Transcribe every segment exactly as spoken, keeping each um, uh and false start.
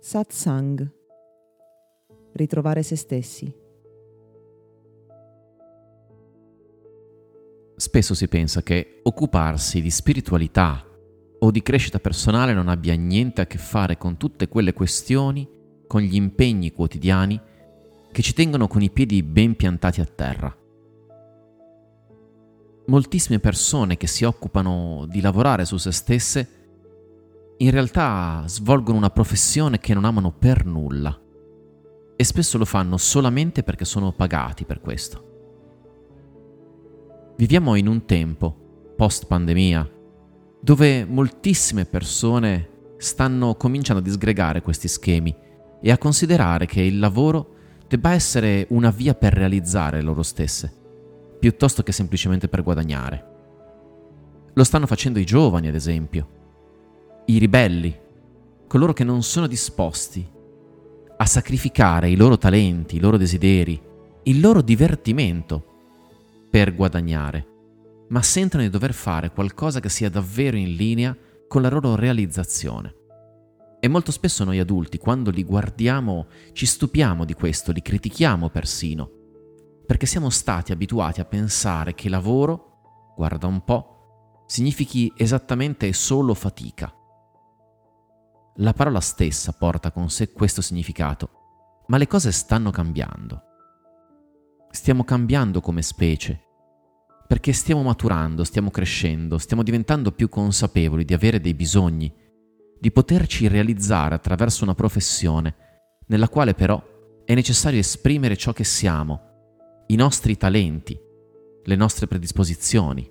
Satsang. Ritrovare se stessi. Spesso si pensa che occuparsi di spiritualità o di crescita personale non abbia niente a che fare con tutte quelle questioni, con gli impegni quotidiani che ci tengono con i piedi ben piantati a terra. Moltissime persone che si occupano di lavorare su se stesse in realtà svolgono una professione che non amano per nulla e spesso lo fanno solamente perché sono pagati per questo. Viviamo in un tempo, post-pandemia, dove moltissime persone stanno cominciando a disgregare questi schemi e a considerare che il lavoro debba essere una via per realizzare loro stesse, piuttosto che semplicemente per guadagnare. Lo stanno facendo i giovani, ad esempio, i ribelli, coloro che non sono disposti a sacrificare i loro talenti, i loro desideri, il loro divertimento per guadagnare, ma sentono di dover fare qualcosa che sia davvero in linea con la loro realizzazione. E molto spesso noi adulti, quando li guardiamo, ci stupiamo di questo, li critichiamo persino, perché siamo stati abituati a pensare che lavoro, guarda un po', significhi esattamente solo fatica. La parola stessa porta con sé questo significato, ma le cose stanno cambiando. Stiamo cambiando come specie, perché stiamo maturando, stiamo crescendo, stiamo diventando più consapevoli di avere dei bisogni, di poterci realizzare attraverso una professione, nella quale però è necessario esprimere ciò che siamo, i nostri talenti, le nostre predisposizioni.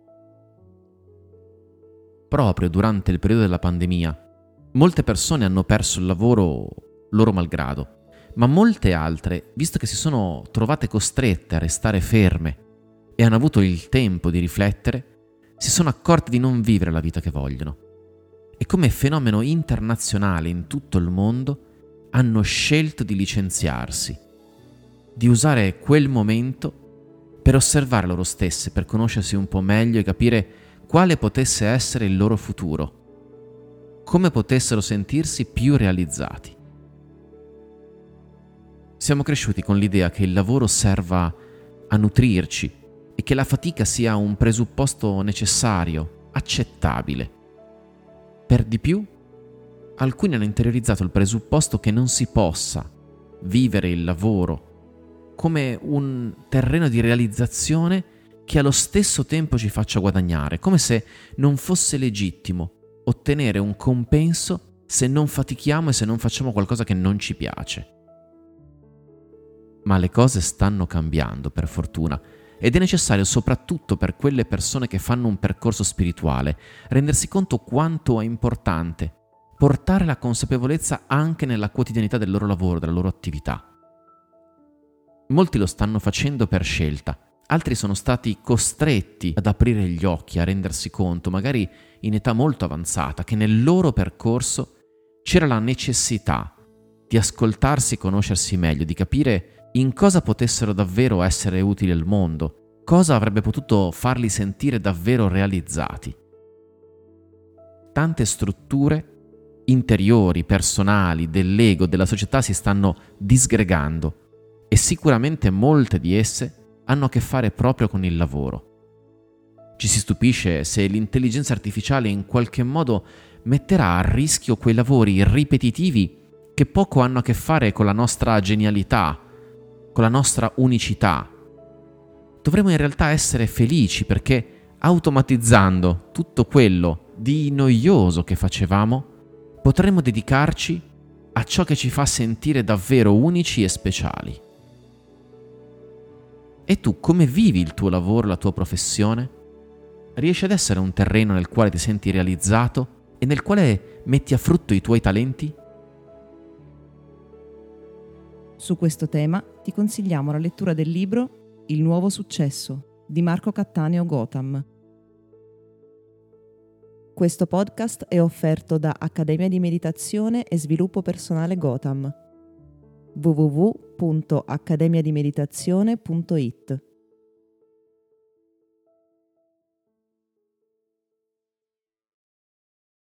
Proprio durante il periodo della pandemia, molte persone hanno perso il lavoro loro malgrado, ma molte altre, visto che si sono trovate costrette a restare ferme e hanno avuto il tempo di riflettere, si sono accorte di non vivere la vita che vogliono. E come fenomeno internazionale in tutto il mondo hanno scelto di licenziarsi, di usare quel momento per osservare loro stesse, per conoscersi un po' meglio e capire quale potesse essere il loro futuro, come potessero sentirsi più realizzati. Siamo cresciuti con l'idea che il lavoro serva a nutrirci e che la fatica sia un presupposto necessario, accettabile. Per di più, alcuni hanno interiorizzato il presupposto che non si possa vivere il lavoro come un terreno di realizzazione che allo stesso tempo ci faccia guadagnare, come se non fosse legittimo ottenere un compenso se non fatichiamo e se non facciamo qualcosa che non ci piace. Ma le cose stanno cambiando, per fortuna, ed è necessario soprattutto per quelle persone che fanno un percorso spirituale rendersi conto quanto è importante portare la consapevolezza anche nella quotidianità del loro lavoro, della loro attività. Molti lo stanno facendo per scelta, altri sono stati costretti ad aprire gli occhi, a rendersi conto, magari in età molto avanzata, che nel loro percorso c'era la necessità di ascoltarsi e conoscersi meglio, di capire in cosa potessero davvero essere utili al mondo, cosa avrebbe potuto farli sentire davvero realizzati. Tante strutture interiori, personali, dell'ego, della società si stanno disgregando e sicuramente molte di esse hanno a che fare proprio con il lavoro. Ci si stupisce se l'intelligenza artificiale in qualche modo metterà a rischio quei lavori ripetitivi che poco hanno a che fare con la nostra genialità, con la nostra unicità. Dovremmo in realtà essere felici perché automatizzando tutto quello di noioso che facevamo, potremmo dedicarci a ciò che ci fa sentire davvero unici e speciali. E tu come vivi il tuo lavoro, la tua professione? Riesci ad essere un terreno nel quale ti senti realizzato e nel quale metti a frutto i tuoi talenti? Su questo tema ti consigliamo la lettura del libro Il nuovo successo di Marco Cattaneo Gotham. Questo podcast è offerto da Accademia di Meditazione e Sviluppo Personale Gotham. w w w punto accademia di meditazione punto i t